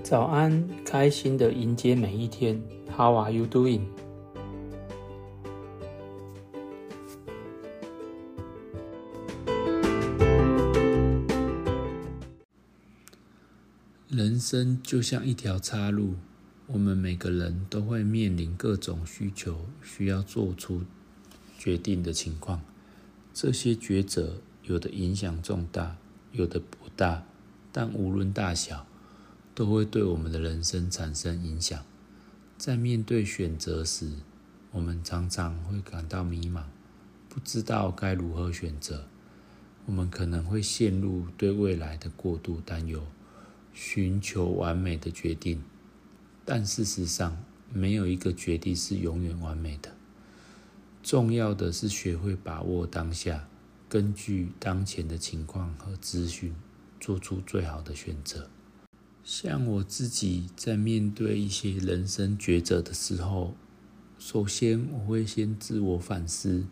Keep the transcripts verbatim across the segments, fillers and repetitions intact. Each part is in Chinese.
早安，开心的迎接每一天。How are you doing？ 人生就像一条岔路，我们每个人都会面临各种需求，需要做出决定的情况。这些抉择有的影响重大，有的不大，但无论大小，都会对我们的人生产生影响。在面对选择时，我们常常会感到迷茫，不知道该如何选择。我们可能会陷入对未来的过度担忧，寻求完美的决定，但事实上，没有一个决定是永远完美的。重要的是学会把握当下，根据当前的情况和资讯，做出最好的选择。像我自己在面对一些人生抉择的时候，首先我会先自我反思，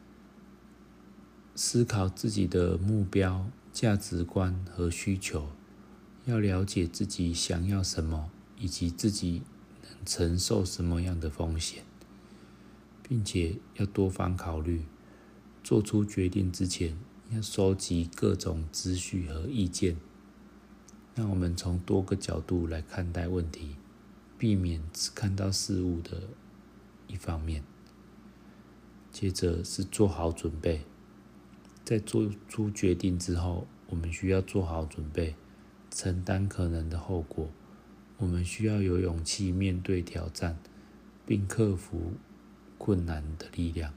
思考自己的目标、价值观和需求，要了解自己想要什么，以及自己能承受什么样的风险，并且要多方考虑。做出决定之前，要收集各种资讯和意见，让我们从多个角度来看待问题，避免只看到事物的一方面。接着是做好准备，在做出决定之后，我们需要做好准备，承担可能的后果。我们需要有勇气面对挑战，并克服困难的力量。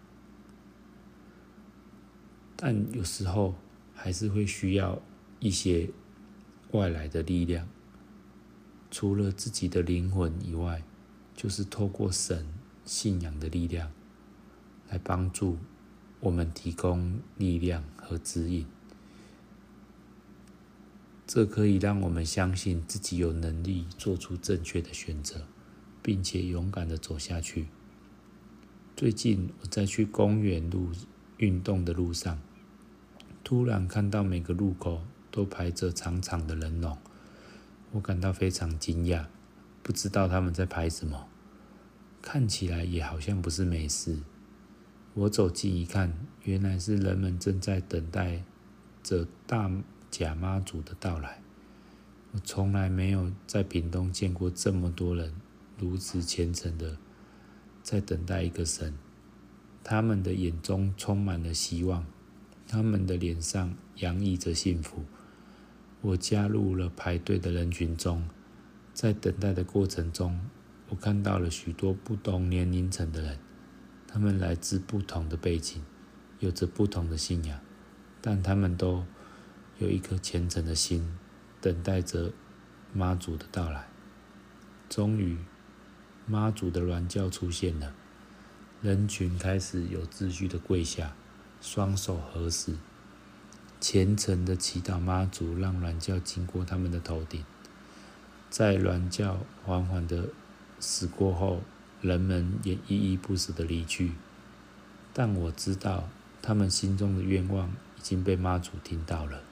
但有时候还是会需要一些外来的力量，除了自己的灵魂以外，就是透过神信仰的力量来帮助我们，提供力量和指引。这可以让我们相信自己有能力做出正确的选择，并且勇敢地走下去。最近我在去公园路运动的路上，突然看到每个路口都排着长长的人龙，我感到非常惊讶，不知道他们在排什么，看起来也好像不是没事。我走近一看，原来是人们正在等待着大甲妈祖的到来。我从来没有在屏东见过这么多人如此虔诚的在等待一个神，他们的眼中充满了希望，他们的脸上洋溢着幸福。我加入了排队的人群中，在等待的过程中，我看到了许多不同年龄层的人，他们来自不同的背景，有着不同的信仰，但他们都有一颗虔诚的心，等待着妈祖的到来。终于，妈祖的銮轿出现了，人群开始有秩序的跪下，双手合十，虔诚的祈祷妈祖让銮轿经过他们的头顶。在銮轿缓缓的驶过后，人们也依依不舍的离去。但我知道，他们心中的愿望已经被妈祖听到了。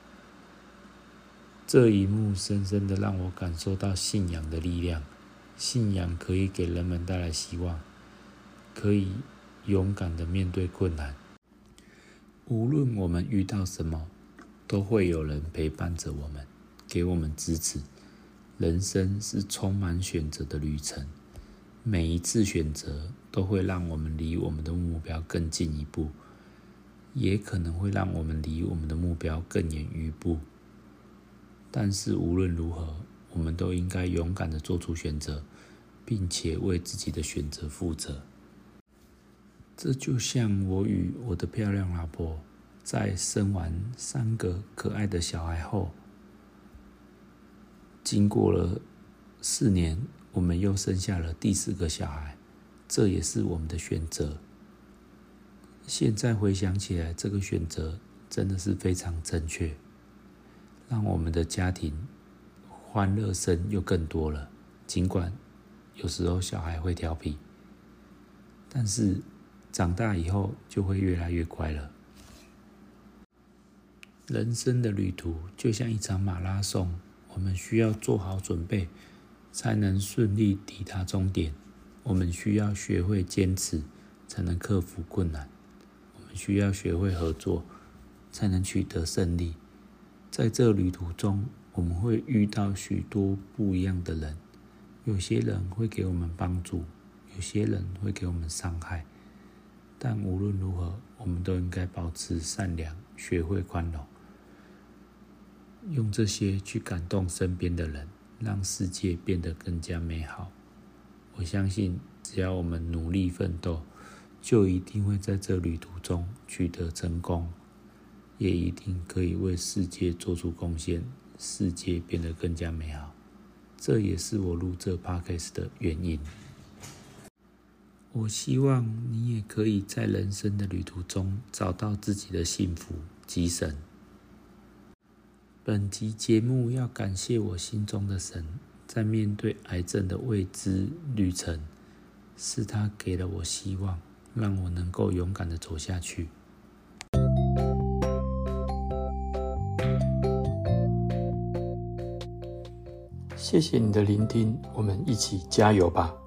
这一幕深深的让我感受到信仰的力量。信仰可以给人们带来希望，可以勇敢的面对困难。无论我们遇到什么，都会有人陪伴着我们，给我们支持。人生是充满选择的旅程，每一次选择都会让我们离我们的目标更进一步，也可能会让我们离我们的目标更远一步。但是无论如何，我们都应该勇敢地做出选择，并且为自己的选择负责。这就像我与我的漂亮老婆在生完三个可爱的小孩后，经过了四年，我们又生下了第四个小孩，这也是我们的选择。现在回想起来，这个选择真的是非常正确，让我们的家庭欢乐声又更多了。尽管有时候小孩会调皮，但是长大以后就会越来越乖了。人生的旅途就像一场马拉松， 我们需要做好准备，才能顺利抵达终点。我们需要学会坚持，才能克服困难。我们需要学会合作，才能取得胜利。在这旅途中，我们会遇到许多不一样的人，有些人会给我们帮助，有些人会给我们伤害。但无论如何，我们都应该保持善良，学会宽容，用这些去感动身边的人，让世界变得更加美好。我相信，只要我们努力奋斗，就一定会在这旅途中取得成功，也一定可以为世界做出贡献，世界变得更加美好。这也是我录这 Podcast 的原因。我希望你也可以在人生的旅途中找到自己的幸福及神。本集节目要感谢我心中的神，在面对癌症的未知旅程，是他给了我希望，让我能够勇敢地走下去。谢谢你的聆听，我们一起加油吧。